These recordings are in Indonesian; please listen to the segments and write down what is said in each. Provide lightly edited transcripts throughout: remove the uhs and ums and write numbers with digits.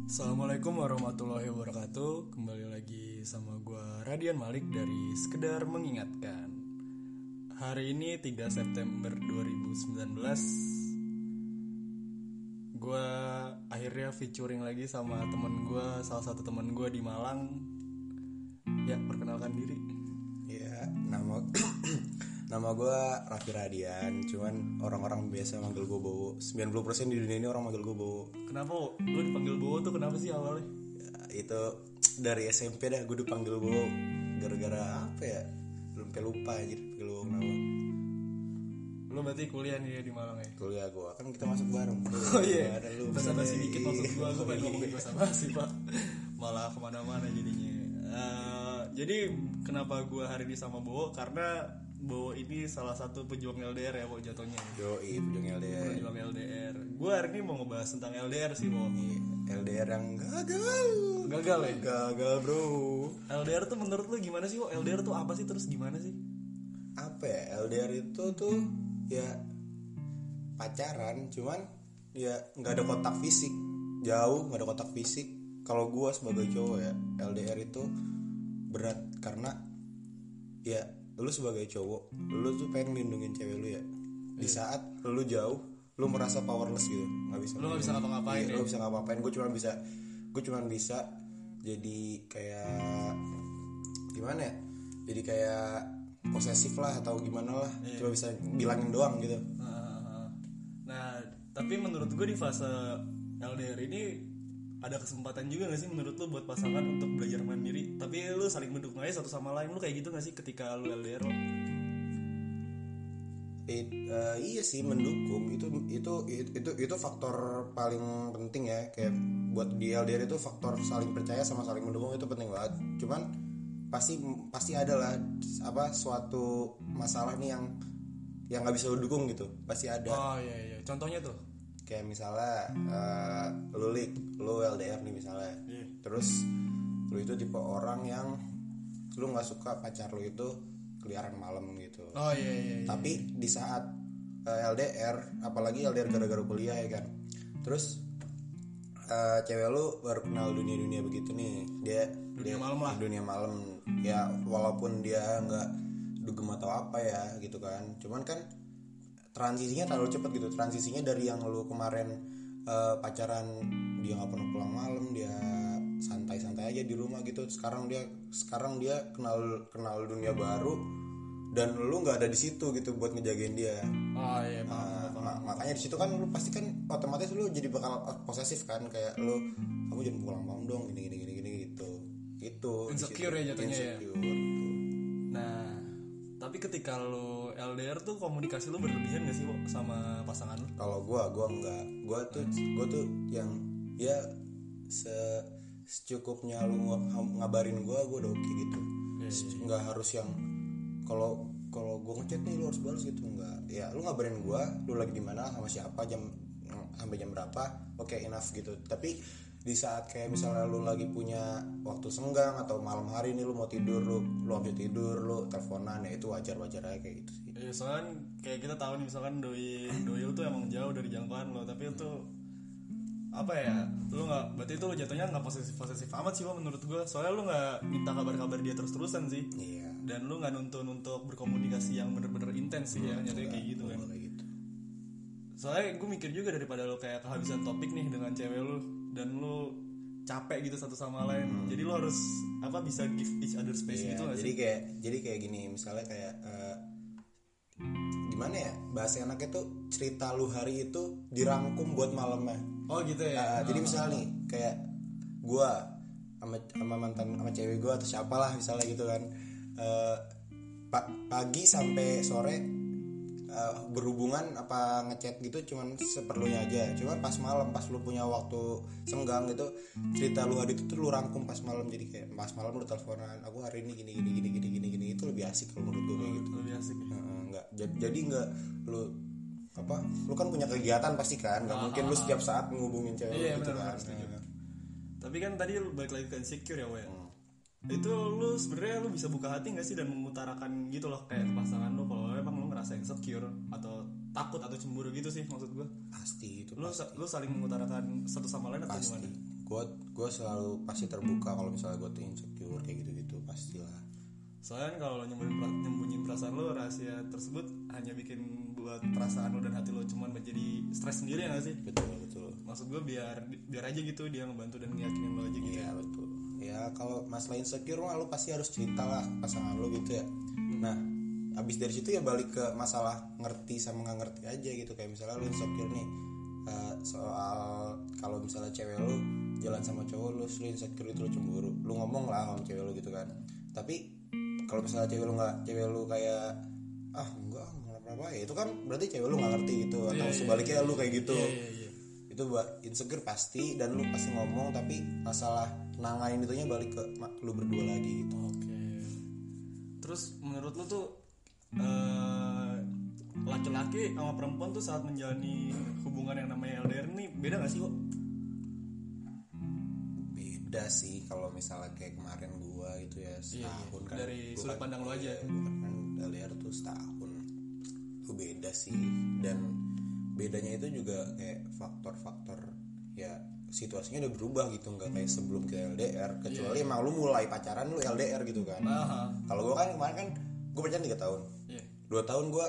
Assalamualaikum warahmatullahi wabarakatuh. Kembali lagi sama gue Radian Malik dari Sekedar Mengingatkan. Hari ini 3 September 2019, gue akhirnya featuring lagi sama temen gue, salah satu temen gue di Malang. Ya, perkenalkan diri. Ya, nama gue Raffi Radian. Cuman orang-orang biasa manggil gue Bowo. 90% di dunia ini orang manggil gue Bowo. Kenapa lu dipanggil Bowo tuh, kenapa sih awalnya? Ya, itu dari SMP dah gue dipanggil Bowo. Gara-gara apa ya? Sampai lupa aja dipanggil Bowo kenapa. Lu berarti kuliah nih di Malang ya? Kuliah gue, kan kita masuk bareng. Oh iya, Ada lu. basa-basi dikit maksud gue pengen ngomongin basa-basi pak, malah kemana-mana jadinya. Jadi kenapa gue hari ini sama Bowo, karena Bowo ini salah satu pejuang LDR ya Bowo jatuhnya. Yoi, pejuang LDR. Pejuang LDR. Gue hari ini mau ngebahas tentang LDR sih Bowo. LDR yang gagal. Gagal ya? Gagal bro. LDR tuh menurut lu gimana sih Bowo? LDR tuh apa sih, terus gimana sih? Apa ya, LDR itu tuh ya pacaran, cuman ya nggak ada kontak fisik, jauh nggak ada kontak fisik. Kalau gue sebagai cowok ya, LDR itu berat karena ya lu sebagai cowok, lu tuh pengen lindungin cewek lu ya. Di saat lu jauh, lu merasa powerless gitu, nggak bisa. Lu nggak bisa ngapa-ngapain. Lu bisa ngapa-ngapain. Gue cuma bisa jadi kayak gimana ya? Jadi kayak posesif lah atau gimana lah. Cuma bisa bilangin doang gitu. Nah, tapi menurut gue di fase LDR ini ada kesempatan juga gak sih menurut lu buat pasangan untuk belajar mandiri, tapi lu saling mendukung aja satu sama lain. Lu kayak gitu gak sih ketika lu LDR lo? Iya sih, mendukung itu faktor paling penting ya. Kayak buat di LDR itu faktor saling percaya sama saling mendukung itu penting banget. Cuman pasti ada lah apa suatu masalah nih yang nggak bisa lu dukung gitu, pasti ada. Oh iya, contohnya tuh Kayak misalnya lu LDR nih misalnya, terus lu itu tipe orang yang lu nggak suka pacar lu itu keliaran malam gitu. Oh iya. Tapi di saat LDR, apalagi LDR gara-gara kuliah ya kan, terus cewek lu baru kenal dunia begitu nih, dia malam lah. dunia malam ya, walaupun dia nggak dugem atau apa ya gitu kan, cuman kan transisinya terlalu cepat gitu. Transisinya dari yang lu kemarin pacaran, dia nggak pernah pulang malam, dia santai-santai aja di rumah gitu, sekarang dia kenal dunia baru dan lu nggak ada di situ gitu buat ngejagain dia. Oh iya, Makanya di situ kan lu pasti kan otomatis lu jadi bakal posesif kan, kayak lu, kamu jangan pulang malam dong, gini gitu. Itu insecure ya jatuhnya ya. Insecure. Nah, tapi ketika lu LDR tuh komunikasi lu berlebihan gak sih Bo, sama pasangan lu? Kalau gua enggak. Gua tuh yang ya secukupnya lu ngabarin gua udah oke gitu. Enggak harus yang kalau gua ngechat nih lu harus balas gitu, enggak. Ya lu ngabarin gua lu lagi di mana, sama siapa, sampai jam berapa, oke, enough gitu. Tapi di saat kayak misalnya lu lagi punya waktu senggang atau malam hari nih lu mau tidur, lu habis tidur lu teleponan, ya itu wajar aja kayak gitu sih. Iya, soalnya kayak kita tahu nih misalkan doi lu tuh emang jauh dari jangkauan lo, tapi itu apa ya, lu nggak, berarti itu jatuhnya nggak posesif amat sih lo menurut gue. Soalnya lu nggak minta kabar dia terus-terusan sih. Iya. Dan lu nggak nuntun untuk berkomunikasi yang bener-bener intens sih ya, jatuhnya kayak gitu kan. Kayak gitu. Soalnya gue mikir juga daripada lu kayak kehabisan topik nih dengan cewek lu dan lu capek gitu satu sama lain, jadi lu harus apa, bisa give each other space gitu nggak sih? Jadi kayak gini, misalnya kayak gimana ya, bahasa enaknya tuh cerita lu hari itu dirangkum buat malamnya. Oh gitu ya. Jadi misalnya nih kayak gua sama mantan, sama cewek gua atau siapalah misalnya gitu kan, pagi sampai sore berhubungan apa ngechat gitu cuman seperlunya aja. Cuman pas malam, pas lu punya waktu senggang gitu, cerita lu hari itu tuh lu rangkum pas malam. Jadi kayak pas malam lu teleponan, aku hari ini gini, itu lebih asik kalau menurut gue kayak gitu. Lebih asik ya? Jadi nggak lu kan punya kegiatan pasti kan, nggak mungkin lu setiap saat ngehubungin cewek gitu kan. Tapi kan tadi lu balik lagi ke insecure ya Woy. Itu lu sebenarnya lu bisa buka hati nggak sih dan mengutarakan gitu loh kayak ke pasangan lu kalau emang lu ngerasa insecure atau takut atau cemburu gitu sih maksud gue. Pasti itu Lu saling mengutarakan satu sama lain atau pasti. gimana? gue selalu pasti terbuka kalau misalnya gue tuh insecure kayak gitu pastilah. Soalnya kan kalau nyembunyiin perasaan lo, rahasia tersebut hanya bikin buat perasaan lo dan hati lo cuman menjadi stres sendiri ya gak sih? Betul. Maksud gue biar aja gitu dia ngebantu dan ngeyakinin lo aja gitu. Iya betul. Ya kalau masalah insecure mah lo pasti harus cerita lah pasangan lo gitu ya. Nah abis dari situ ya balik ke masalah ngerti sama nggak ngerti aja gitu. Kayak misalnya lo insecure nih soal kalau misalnya cewek lo jalan sama cowok lo insecure itu lo cemburu, lo ngomong lah sama cewek lo gitu kan. Tapi kalau misalnya cewek lu kayak enggak apa ya, itu kan berarti cewek lu nggak ngerti gitu, atau sebaliknya lu kayak gitu. Itu buat insecure pasti, dan lu pasti ngomong, tapi masalah nanganin itunya balik ke lu berdua lagi gitu. Oke. Terus menurut lu tuh laki-laki sama perempuan tuh saat menjalani hubungan yang namanya LDR ini beda gak sih kok? Beda sih kalau misalnya kayak kemarin gua gitu ya setahun kan. Dari sudut pandang lu aja. Gua kan LDR tuh setahun. Itu beda sih, dan bedanya itu juga kayak faktor-faktor ya situasinya udah berubah gitu, nggak kayak sebelum kita LDR, kecuali emang lu mulai pacaran lu LDR gitu kan. Kalau gua kan kemarin kan gua pacaran 3 tahun. 2 tahun gua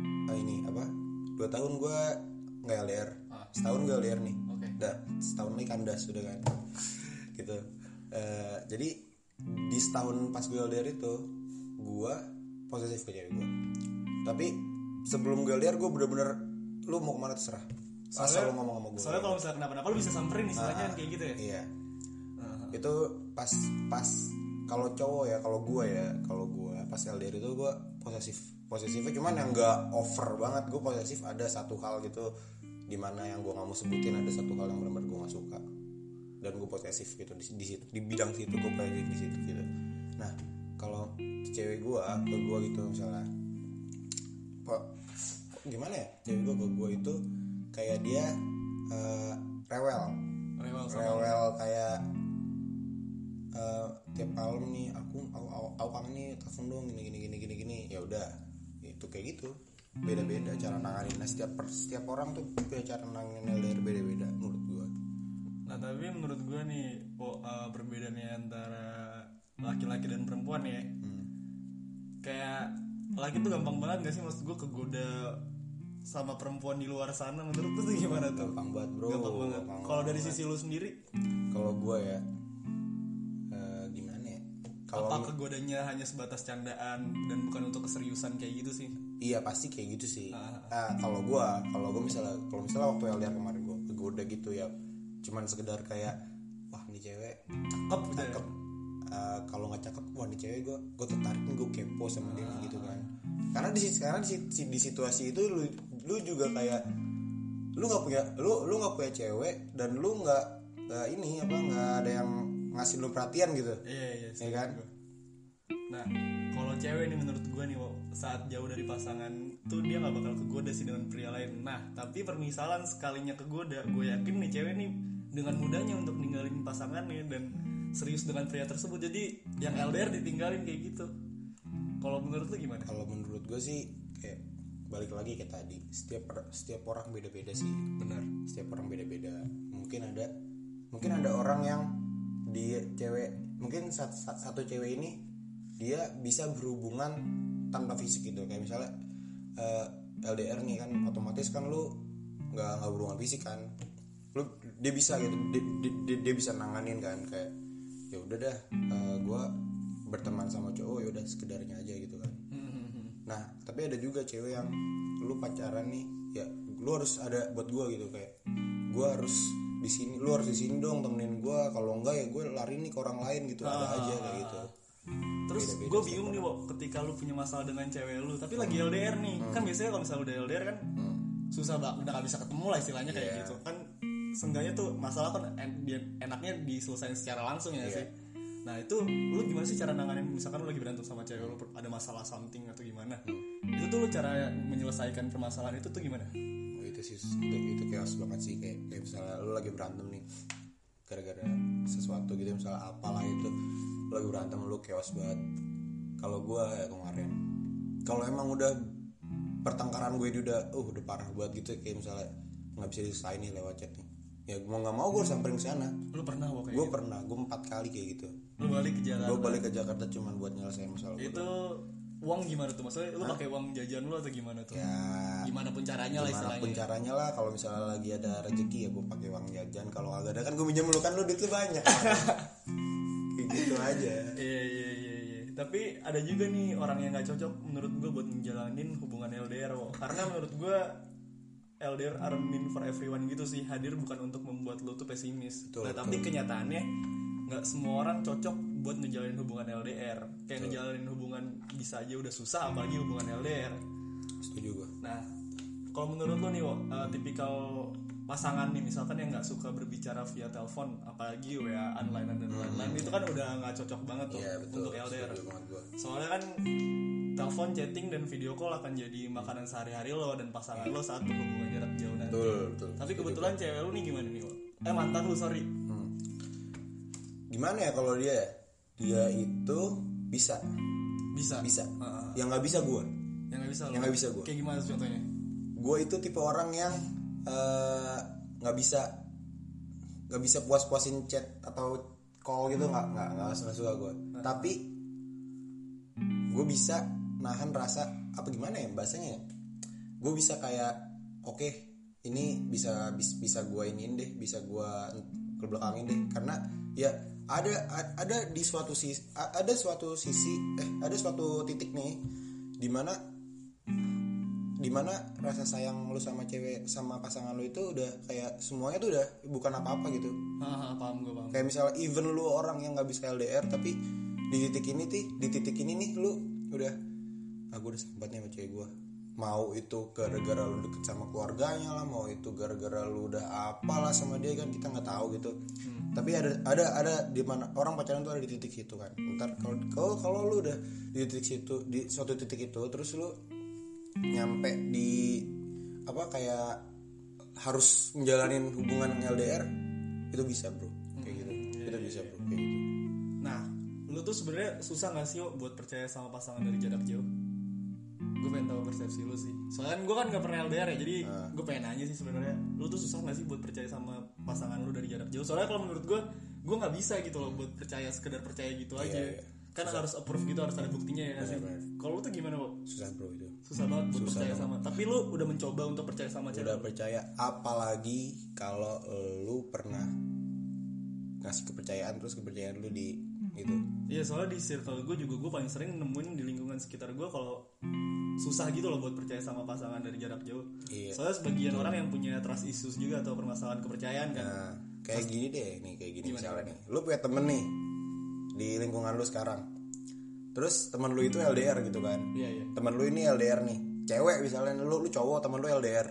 2 tahun gua nggak LDR. Setahun gua LDR nih. Udah setahun lagi kandas sudah kan. Gitu. Jadi di setahun pas gue LDR itu gue posesif ke cewek gue. Tapi sebelum gue LDR gue bener-bener lu mau kemana terserah, asal lu ngomong sama gue. Soalnya kalau misalnya kenapa-napa lu bisa samperin istilahnya kayak gitu ya. Iya. Itu pas kalau cowok ya, kalau gue pas LDR itu gue posesifnya cuman yang nggak over banget. Gue posesif ada satu hal gitu dimana yang gue nggak mau sebutin, ada satu hal yang benar-benar gue nggak suka dan gue posesif gitu di situ, di bidang situ gue posesif di situ gitu. Nah kalau cewek gue ke gue gitu misalnya, gimana ya, cewek gue ke gue itu kayak dia rewel kayak tiap malam nih aku kangen nih, telepon dong gini ya udah itu kayak gitu. Beda-beda cara nanganin. Nah setiap orang tuh punya cara nanganin LDR beda-beda menurut gue. Nah tapi menurut gue nih perbedaannya antara laki-laki dan perempuan ya, kayak laki tuh gampang banget gak sih, maksud gue kegoda sama perempuan di luar sana. Menurut lu tuh gimana tuh? Gampang banget bro. Gampang banget. Kalau dari sisi lu sendiri? Kalau gue ya gimana ya? Apa kegodanya hanya sebatas candaan dan bukan untuk keseriusan kayak gitu sih? Iya pasti kayak gitu sih. Kalau gue misalnya waktu LDR kemarin gue kegoda gitu ya, cuman sekedar kayak wah nih cewek cakep. Kalau nggak cakep, wah nih cewek gue tertarik nih, gue kepo sama dia gitu kan. Karena di situasi itu lu juga kayak lu nggak punya cewek, dan lu nggak ada yang ngasih lu perhatian gitu. Iya ya kan. Nah kalau cewek nih menurut gue nih saat jauh dari pasangan tuh dia nggak bakal kegoda sih dengan pria lain. Nah tapi permisalan sekalinya kegoda, gue yakin nih cewek nih dengan mudahnya untuk ninggalin pasangannya dan serius dengan pria tersebut. Jadi yang LDR ditinggalin kayak gitu. Kalau menurut lu gimana? Kalau menurut gue sih kayak balik lagi kayak tadi, setiap orang beda-beda sih. Benar. Setiap orang beda-beda. Mungkin ada orang yang dia cewek, mungkin satu cewek ini dia bisa berhubungan tanpa fisik gitu. Kayak misalnya LDR nih kan, otomatis kan lu nggak berhubungan fisik kan. Dia bisa gitu, dia bisa nanganin kan, kayak ya udah dah gue berteman sama cowok ya udah sekedarnya aja gitu kan. Nah tapi ada juga cewek yang lu pacaran nih ya lu harus ada buat gue gitu, kayak gue harus di sini, lu harus di sini dong temenin gue, kalau enggak ya gue lari nih ke orang lain gitu. Ada aja kayak gitu. Terus gue bingung nih ketika lu punya masalah dengan cewek lu tapi lagi LDR nih, kan biasanya kalau misalnya udah LDR kan susah banget, udah gak bisa ketemu lah istilahnya kayak gitu kan. Seenggaknya tuh masalah kan enaknya diselesaikan secara langsung ya sih. Nah itu lu gimana sih cara nanganin, misalkan lu lagi berantem sama cewek lu, ada masalah something atau gimana, itu tuh lu cara menyelesaikan permasalahan itu tuh gimana? Itu chaos banget sih, kayak misalnya lu lagi berantem nih gara-gara sesuatu gitu, misalnya apalah itu, lu lagi berantem, lu chaos banget. Kalau gue ya kemarin, kalau emang udah pertengkaran gue udah parah banget gitu, kayak misalnya nggak bisa diselesain nih lewat chat nih, ya mau nggak mau gue samperin ke sana. Lu pernah kok kayak Gue gitu? pernah, gue 4 kali kayak gitu. Lu balik ke Jakarta. Gue balik ke Jakarta cuman buat nyelesain masalah gue. Itu uang gimana tuh? Maksudnya lu pakai uang jajan lu atau gimana tuh? Ya Gimana pun caranya lah gimana istilahnya. pun caranya lah, kalau misalnya lagi ada rezeki ya gue pakai uang jajan, kalau agak ada kan gue minjem lu, kan lu duit lu banyak. Kayak gitu aja. Iya. Tapi ada juga nih orang yang nggak cocok menurut gue buat menjalanin hubungan LDR, karena menurut gue LDR are meant for everyone gitu sih, hadir bukan untuk membuat lo tuh pesimis. Betul, Tapi kenyataannya nggak semua orang cocok buat ngejalanin hubungan LDR. Kayak ngejalanin hubungan bisa aja udah susah, apalagi hubungan LDR. Setuju gue. Nah, kalau menurut lo nih, tipikal pasangan nih misalkan yang nggak suka berbicara via telepon, apalagi WA online dan lain-lain, itu kan udah nggak cocok banget tuh untuk LDR. Soalnya kan telepon, chatting dan video call akan jadi makanan sehari-hari lo dan pasangan lo saat berhubungan jarak jauh nanti. Betul. Tapi kebetulan cewek lu nih gimana nih, mantan lu, sorry. Gimana ya kalau dia itu bisa. Yang nggak bisa gue. Yang nggak bisa gue. Kayak gimana contohnya? Gue itu tipe orang yang nggak bisa puas-puasin chat atau call gitu, nggak suka gue. Tapi gue bisa nahan rasa, apa gimana ya bahasanya ya, gue bisa kayak oke, ini bisa gue iniin deh, bisa gue kebelakangin deh, karena ya ada di suatu sisi, ada suatu titik nih dimana rasa sayang lu sama cewek, sama pasangan lu itu udah kayak semuanya tuh udah bukan apa-apa gitu. Paham. Kayak misalnya even lu orang yang nggak bisa LDR, tapi di titik ini nih lu udah, gue udah sempat nih sama cewek gue, mau itu gara-gara lu deket sama keluarganya lah, mau itu gara-gara lu udah apalah sama dia, kan kita nggak tahu gitu. Tapi ada di mana orang pacaran tuh ada di titik situ kan. Ntar kalau lu udah di titik situ, di suatu titik itu, terus lu nyampe di apa kayak harus menjalanin hubungan LDR, itu bisa bro, kayak gitu. Itu bisa bro, kayak gitu. Nah, lu tuh sebenarnya susah nggak sih buat percaya sama pasangan dari jarak jauh? Gue pengen tahu persepsi lu sih. Soalnya gue kan nggak pernah LDR ya, jadi gue pengen nanya sih sebenarnya, lu tuh susah nggak sih buat percaya sama pasangan lu dari jarak jauh? Soalnya kalau menurut gue nggak bisa gitu loh buat sekedar percaya gitu aja. Kan susah. Harus approve gitu, harus ada buktinya ya sih. Kalau lu tuh gimana, Bo? Susah bro itu. Susah banget buat percaya sama. Tapi lu udah mencoba untuk percaya sama cewek. Udah percaya, apalagi kalau lu pernah ngasih kepercayaan, terus kepercayaan lu di gitu. Iya, soalnya di circle gue juga, gue paling sering nemuin di lingkungan sekitar gue kalau susah gitu loh buat percaya sama pasangan dari jarak jauh. Iya. Soalnya sebagian orang yang punya trust issues juga atau permasalahan kepercayaan kan. Nah, kayak gini deh nih, kayak gini misalnya nih. Lu punya temen nih di lingkungan lu sekarang. Terus temen lu itu LDR gitu kan. Iya. Temen lu ini LDR nih. Cewek misalnya, lu cowok, temen lu LDR.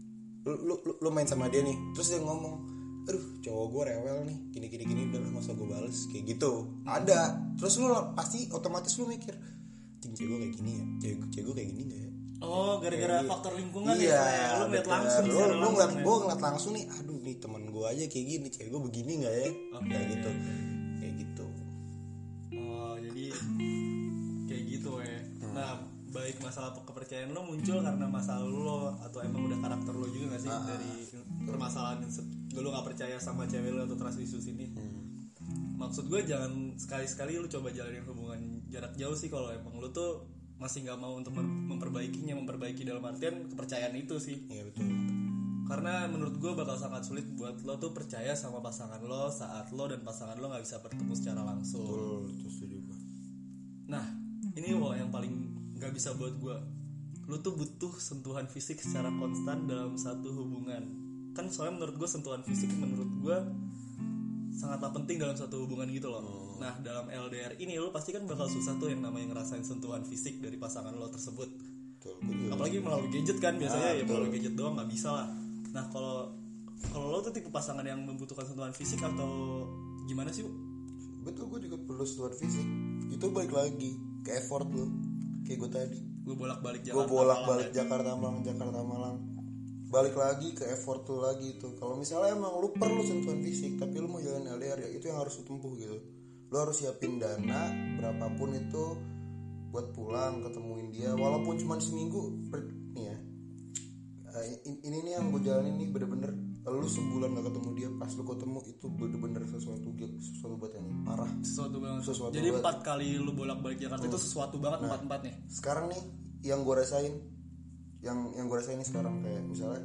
Lu main sama dia nih. Terus dia ngomong, aduh cowok gue rewel nih, gini udah lah, masa gue bales kayak gitu. Ada. Terus lu pasti otomatis lu mikir, cewek gue kayak gini ya, cewek gue kayak gini gak ya? Oh, gara-gara faktor lingkungan iya, ya. Lu ngeliat langsung. Lu ngeliat langsung nih, aduh nih temen gue aja kayak gini, cewek gue begini gak ya? Kayak gitu. Kayak gitu. Oh, jadi kayak gitu ya. Nah, baik masalah kepercayaan lo muncul karena masa lalu lo atau emang udah karakter lo juga gak sih dari permasalahan lo gak percaya sama cewek lo atau trust issues ini. Maksud gue jangan sekali-sekali lo coba jalanin hubungan jarak jauh sih kalau emang lo tuh masih gak mau untuk memperbaiki dalam artian kepercayaan itu sih. Iya betul. Karena menurut gue bakal sangat sulit buat lo tuh percaya sama pasangan lo saat lo dan pasangan lo gak bisa bertemu secara langsung. Betul, itu setuju gue. Nah, ini yang paling gak bisa buat gue, lu tuh butuh sentuhan fisik secara konstan dalam satu hubungan. Kan soalnya menurut gue sentuhan fisik menurut gue sangatlah penting dalam satu hubungan gitu loh. Nah, dalam LDR ini lu pasti kan bakal susah tuh yang namanya ngerasain sentuhan fisik dari pasangan lo tersebut. Betul, apalagi melalui gadget kan biasanya ya melalui gadget doang gak bisa lah. Nah, kalau lo tuh tipe pasangan yang membutuhkan sentuhan fisik atau gimana sih, Bu? Betul, gue juga perlu sentuhan fisik. Itu balik lagi ke effort lo. Kayak gue tadi, gue bolak-balik Jakarta Malang, balik lagi ke effort tuh lagi tuh. Kalau misalnya emang lu perlu sentuhan fisik tapi lu mau jalan LDR, ya itu yang harus lu tempuh gitu. Lu harus siapin dana berapapun itu buat pulang ketemuin dia, walaupun cuma seminggu nih ya. Ini nih yang gue jalanin nih bener-bener lu sebulan gak ketemu dia, pas lu ketemu itu bener-bener sesuatu buat yang parah, Sesuatu banget. Sesuatu Jadi banget. 4 kali lu bolak-balik Jakarta itu sesuatu banget, 4-4 nih. Sekarang nih yang gue rasain, yang gue rasain nih sekarang, kayak misalnya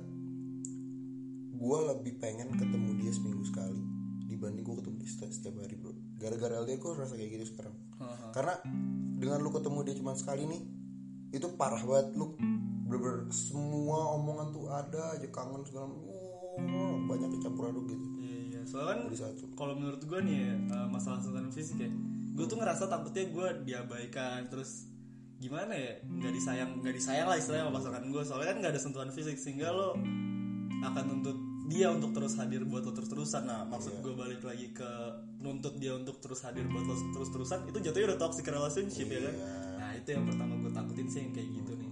gue lebih pengen ketemu dia seminggu sekali dibanding gue ketemu dia setiap hari, bro. Gara-gara LDR gue rasa kayak gitu sekarang. Karena dengan lu ketemu dia cuma sekali nih, itu parah banget. Lu bener-bener semua omongan tuh ada aja, kangen segala banyak kecampur aduk gitu. Iya. Soalnya Jadi satu. kalau menurut gue nih masalah sentuhan fisik ya, gue tuh ngerasa takutnya gue diabaikan, terus gimana ya, nggak disayang lah istilahnya sama pasangan gue. Soalnya kan nggak ada sentuhan fisik, sehingga lo akan nuntut dia untuk terus hadir buat lo terus-terusan. Nah maksud gue balik lagi ke nuntut dia untuk terus hadir buat lo terus-terusan, itu jatuhnya udah toxic relationship ya kan. Nah itu yang pertama gue takutin sih, yang kayak gitu nih.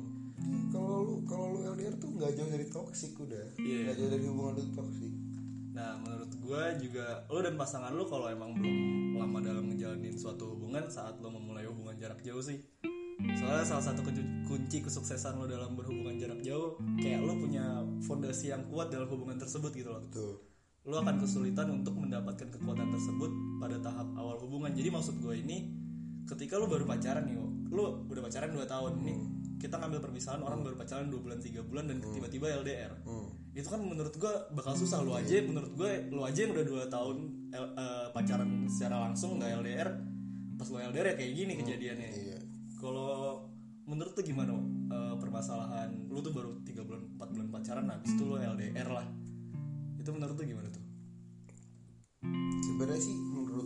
Kalau lu LDR tuh nggak jauh dari toksik udah, nggak jauh dari hubungan lu toksik. Nah menurut gue juga lo dan pasangan lo kalau emang belum lama dalam ngejalanin suatu hubungan, saat lo memulai hubungan jarak jauh sih. Soalnya salah satu kunci kesuksesan lo dalam berhubungan jarak jauh, kayak lo punya fondasi yang kuat dalam hubungan tersebut gitu loh. Betul. Lo akan kesulitan untuk mendapatkan kekuatan tersebut pada tahap awal hubungan. Jadi maksud gue ini, ketika lo baru pacaran nih, lo udah pacaran 2 tahun nih, kita ngambil permisalan orang baru pacaran 2 bulan 3 bulan dan tiba-tiba LDR. Itu kan menurut gue bakal susah. Lo aja yang udah 2 tahun pacaran secara langsung nggak LDR, pas lo LDR ya kayak gini kejadiannya. Iya. Kalau menurut tuh gimana permasalahan lu tuh baru 3 bulan 4 bulan pacaran, habis itu lu LDR lah, itu menurut tuh gimana tuh? Sebenarnya sih menurut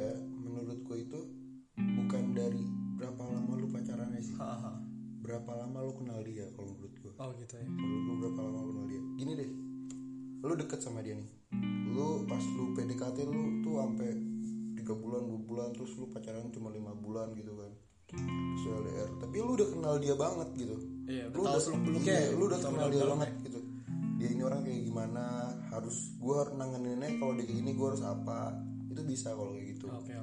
gue itu bukan dari berapa lama lu pacarannya sih, berapa lama lu kenal dia. Kalau menurut gue, Oh gitu ya. menurut gue berapa lama lu kenal dia. Gini deh, lu deket sama dia nih, lu pas lu PDKT lu tuh sampai 3 bulan 2 bulan, terus lu pacaran cuma 5 bulan gitu kan, terus LDR, tapi lu udah kenal dia banget gitu. Iya, Lu tahu udah seluk-beluknya, lu udah tahu kenal dia dalam-dalamnya. banget gitu. Dia ini orang kayak gimana, gue harus nanganinnya kalau dia kayak gini, gue harus apa. Itu bisa kalau kayak gitu. Oke.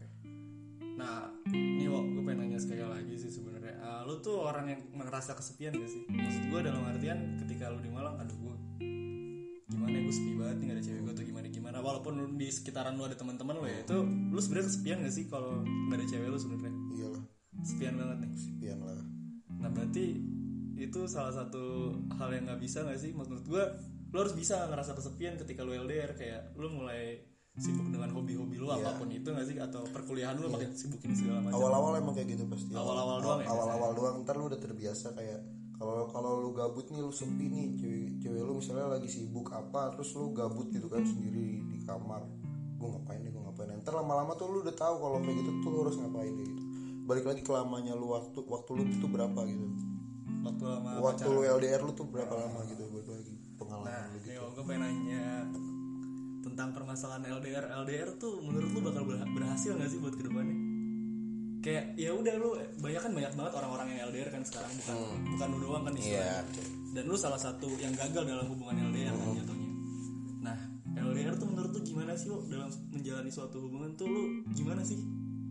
Nah ini gue pengen nanya sekali lagi sih sebenarnya, lu tuh orang yang ngerasa kesepian gak sih? Maksud gue dalam artian ketika lu di Malang, aduh gue gimana ya, gue sepi banget nih, gak ada cewek gue tuh gimana. Walaupun lu di sekitaran lu ada teman-teman lu ya, itu lu sebenarnya kesepian gak sih kalau gak ada cewek lu sebenarnya? Iyalah, Sepian banget nih. sepian lah. Nah berarti itu salah satu hal yang nggak bisa nggak sih? Menurut gue lo harus bisa ngerasa kesepian ketika lo LDR, kayak lo mulai sibuk dengan hobi-hobi lo apapun itu nggak sih, atau perkuliahan lo makin sibukin segala macam. Awal-awal emang kayak gitu pasti. Awal-awal doang ya, Awal-awal doang, ntar lu udah terbiasa. Kayak kalau lu gabut nih, lu sepi nih, cewek lu misalnya lagi sibuk apa, terus lu gabut gitu kan sendiri di kamar, gue ngapain. Ntar lama-lama tuh lu udah tahu kalau kayak gitu tuh lu harus ngapain kayak gitu. Balik lagi ke lamanya lu, waktu lu tuh berapa gitu. Waktu lu LDR lu tuh berapa lama gitu, balik lagi pengalaman lu gitu. Gue pengen nanya tentang permasalahan LDR tuh, menurut lu bakal berhasil nggak sih buat kedepannya? Kayak ya udah, lu banyak banget orang-orang yang LDR kan sekarang, bukan lu doang kan istilahnya. Dan lu salah satu yang gagal dalam hubungan LDR kan jatuhnya. Nah LDR tuh menurut lu gimana sih lo dalam menjalani suatu hubungan tuh, lu gimana sih?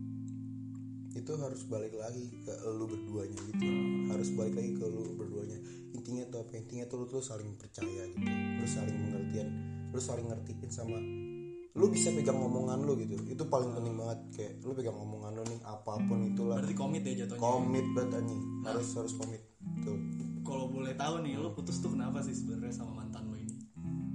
Itu harus balik lagi ke lu berduanya gitu. Harus balik lagi ke lu berduanya. Intinya tuh apa? Intinya tuh lu tuh saling percaya gitu. Lu saling pengertian, lu saling ngertiin sama, lu bisa pegang omongan lu gitu. Itu paling penting banget. Kayak lu pegang omongan lu nih, apapun itulah. Berarti komit ya jatuhnya. Komit banget anjing. Harus komit. Tuh. Kalau boleh tahu nih, lu putus tuh kenapa sih sebenarnya sama mantan lo ini?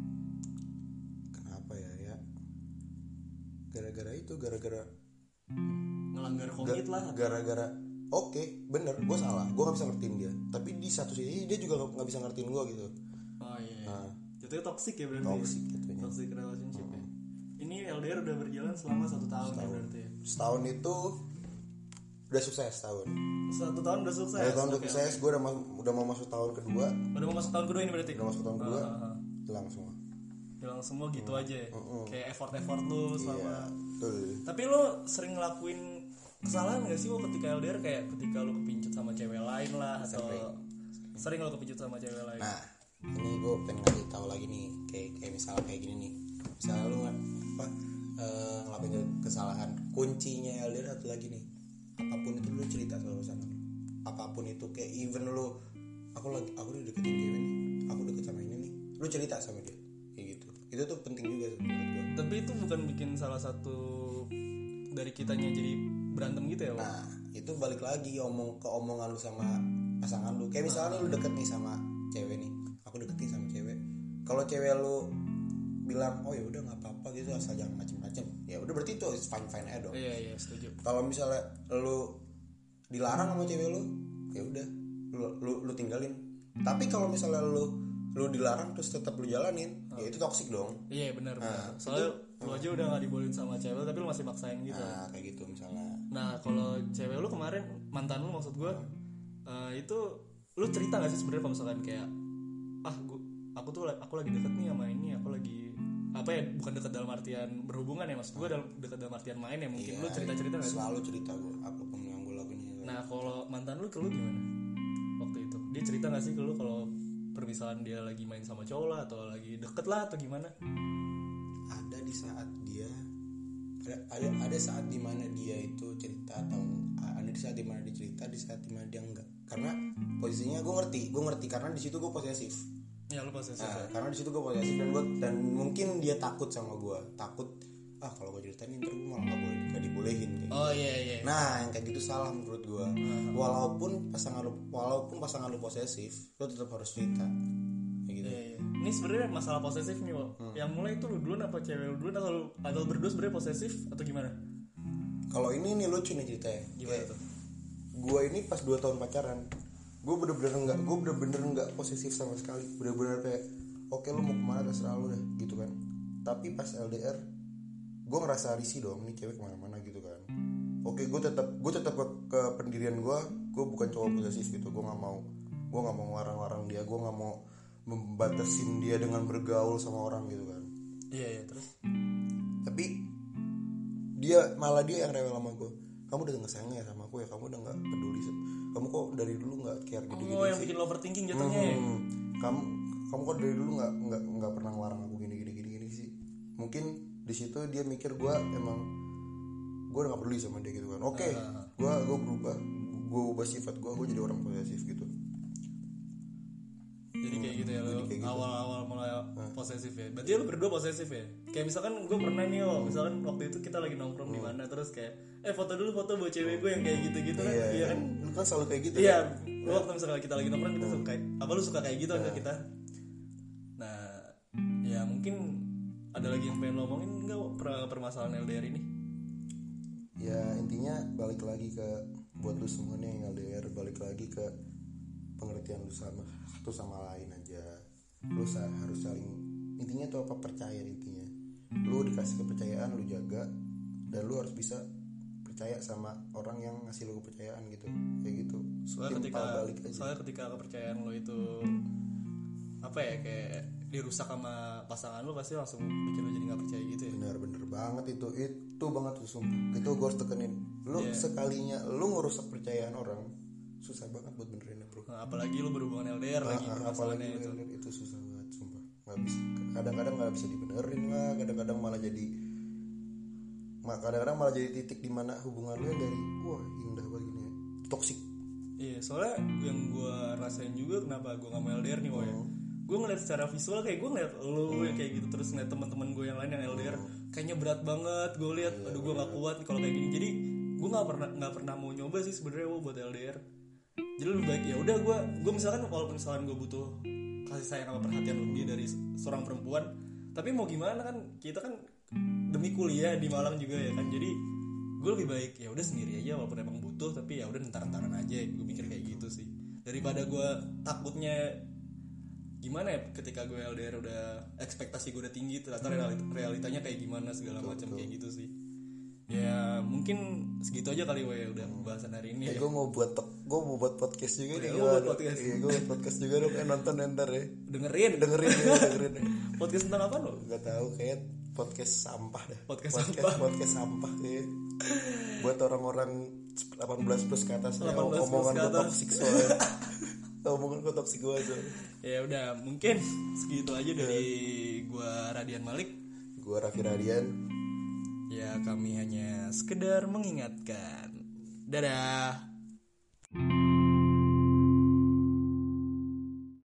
Kenapa ya? Gara-gara itu, gara-gara Ngelanggar komit lah. Gara-gara bener, gue salah, gue nggak bisa ngertiin dia. Tapi di satu sisi dia juga nggak bisa ngertiin gue gitu. Oh iya. Nah, Jatuhnya toxic ya berarti. toxic jatuhnya. Toxic relationship ya. Ini LDR udah berjalan selama 1 tahun ya berarti ya. Setahun itu udah sukses setahun. 1 tahun udah sukses. Tahun Oke, sukses, gue udah mau masuk tahun kedua. Udah mau masuk tahun kedua ini berarti. Udah masuk tahun kedua, hilang semua. Hilang semua gitu aja ya. Kayak effort lu selama. Iya, betul. Tapi lu sering ngelakuin kesalahan gak sih lo ketika LDR, kayak ketika lu kepincut sama cewek lain lah, atau sering lo kepincut sama cewek lain? Nah, ini gue pengen ngasih tahu lagi nih, kayak misalnya kayak gini nih. Misalnya lu ngelakuin kesalahan, kuncinya LDR satu lagi nih. Apapun itu lu cerita sama pasangan lu. Apapun itu, kayak even lu, aku udah deketin cewek nih, aku deket sama ini nih, lu cerita sama dia kayak gitu. Itu tuh penting juga menurut gue. Tapi itu bukan bikin salah satu dari kitanya jadi berantem gitu ya? Nah itu balik lagi ke omongan lu sama pasangan lu. Kayak misalnya lu deket nih sama cewek nih, aku deket nih sama cewek. Kalau cewek lu bilang oh ya udah nggak apa-apa gitu asal jangan macem-macem, ya udah berarti itu fine aja dong. Iya setuju. Kalau misalnya lu dilarang sama cewek lu, ya udah lu tinggalin. Tapi kalau misalnya lu dilarang terus tetap lu jalanin, ya itu toksik dong. Iya benar. Soalnya lu aja udah nggak dibolehin sama cewek tapi lu masih maksain gitu. Nah kayak gitu misalnya. Nah kalau cewek lu kemarin, mantan lu maksud gue, itu lu cerita nggak sih sebenarnya kalau misalkan kayak aku lagi deket nih sama ini, aku lagi apa ya, bukan dekat dalam artian berhubungan ya, maksud gue dekat dalam artian main ya, mungkin lu cerita nggak sih? Selalu cerita gue apapun yang gue lakuin. Nah kalau mantan lu ke lu gimana waktu itu? Dia cerita nggak sih ke lu kalau permisalan dia lagi main sama cowok lah atau lagi deket lah atau gimana? Ada di saat dia ada saat dimana dia itu cerita, atau ada di saat dimana dia cerita, di saat dimana dia enggak. Karena posisinya gue ngerti karena di situ gue posesif. Ya lu posesif. Nah, karena di situ gue posesif dan mungkin dia takut sama gue, kalau gue ceritain ntar gue malah nggak dibolehin kayak oh gitu. Iya. Nah yang kayak gitu salah menurut gue. Walaupun pasangan lu posesif, lu tetap harus cerita kayak gitu. Iya. Ini sebenarnya masalah posesif nih, yang mulai itu lu duluan apa cewek lu duluan, atau berdua sebenarnya posesif atau gimana? Kalau ini nih lucu nih ceritanya. Gimana tuh? Gue ini pas 2 tahun pacaran, gue bener-bener nggak posesif sama sekali. Bener-bener kayak oke lu mau kemana terserah lu deh gitu kan. Tapi pas LDR gue ngerasa risih dong, nih cewek kemana-mana gitu kan. Oke gue tetap ke pendirian gue bukan cowok posesif gitu. Gue nggak mau ngelarang-larang dia, gue nggak mau membatasin dia dengan bergaul sama orang gitu kan. Iya terus. Tapi dia yang rewel sama gue. Kamu udah nggak sayang ya sama aku ya, kamu udah nggak peduli, kamu kok dari dulu nggak care gitu-gitu. Oh yang bikin lo overthinking jatuhnya ya. Kamu kok dari dulu nggak pernah ngelarang aku gini sih. Mungkin di situ dia mikir gue udah nggak peduli sama dia gitu kan. Oke, gue ubah sifat gue jadi orang posesif gitu. Jadi kayak gitu ya lo gitu. Awal mulai posesif ya. Berarti lo berdua posesif ya. Kayak misalkan gue pernah nih misalkan waktu itu kita lagi nongkrong di mana, terus kayak foto buat cewek gue yang kayak gitu kan. Iya kan. Lu kan selalu kayak gitu. Iya. Kan? Waktu misalkan kita lagi nongkrong kita suka kayak lu suka kayak gitu kan ke kita. Nah, ya mungkin ada lagi yang pengen lo omongin enggak permasalahan LDR ini? Ya intinya balik lagi ke buat lu semua nih yang LDR, balik lagi ke pengertian lu sama satu sama lain aja. Lu harus saling, intinya tuh apa, percaya. Intinya lu dikasih kepercayaan, lu jaga, dan lu harus bisa percaya sama orang yang ngasih lu kepercayaan gitu, kayak gitu. Soalnya ketika kepercayaan lu itu apa ya, kayak dirusak sama pasangan lu, pasti langsung bikin lu jadi nggak percaya gitu ya. Bener banget itu banget tuh sumpah. Itu gue harus tekenin. Lu sekalinya lu ngerusak percayaan orang, susah banget buat benerin bro. Nah, apalagi lu berhubungan LDR apalagi itu susah banget sumpah. Nggak bisa, kadang-kadang nggak bisa dibenerin lah, kadang-kadang malah jadi titik di mana hubungan lu dari wah indah banget gini ya, toksik. Iya, soalnya yang gue rasain juga kenapa gue nggak mau LDR nih ya. Gue ngeliat secara visual kayak gue ngeliat lu yang kayak gitu, terus ngeliat teman-teman gue yang lain yang LDR kayaknya berat banget. Gue lihat aduh gue nggak kuat kalau kayak gini. Jadi gue nggak pernah mau nyoba sih sebenarnya buat LDR. Jadi lebih baik ya udah gue misalkan walaupun gue butuh kasih sayang sama perhatian lebih dari seorang perempuan, tapi mau gimana kan, kita kan demi kuliah di Malang juga ya kan. Jadi gue lebih baik ya udah sendiri aja walaupun emang butuh, tapi ya udah ntar-ntaran aja. Gue mikir kayak gitu sih, daripada gue takutnya gimana ya ketika gue LDR udah ekspektasi gue udah tinggi, ternyata realitanya kayak gimana segala macam kayak gitu sih. Ya mungkin segitu aja kali udah pembahasan hari ini. Gue mau buat podcast juga nih. Gue buat podcast. Gue buat podcast juga dong, nonton ntar ya. Dengerin. Podcast tentang apa lo? Gak tahu, kayak podcast sampah dah. Podcast sampah kayak. Buat orang-orang 18 plus ke atas. Omongan gue toksik soalnya. Omongan gue toksik gue aja. Ya udah, mungkin segitu aja dari gue Radian Malik. Gue Raffi Radian. Ya kami hanya sekedar mengingatkan. Dadah.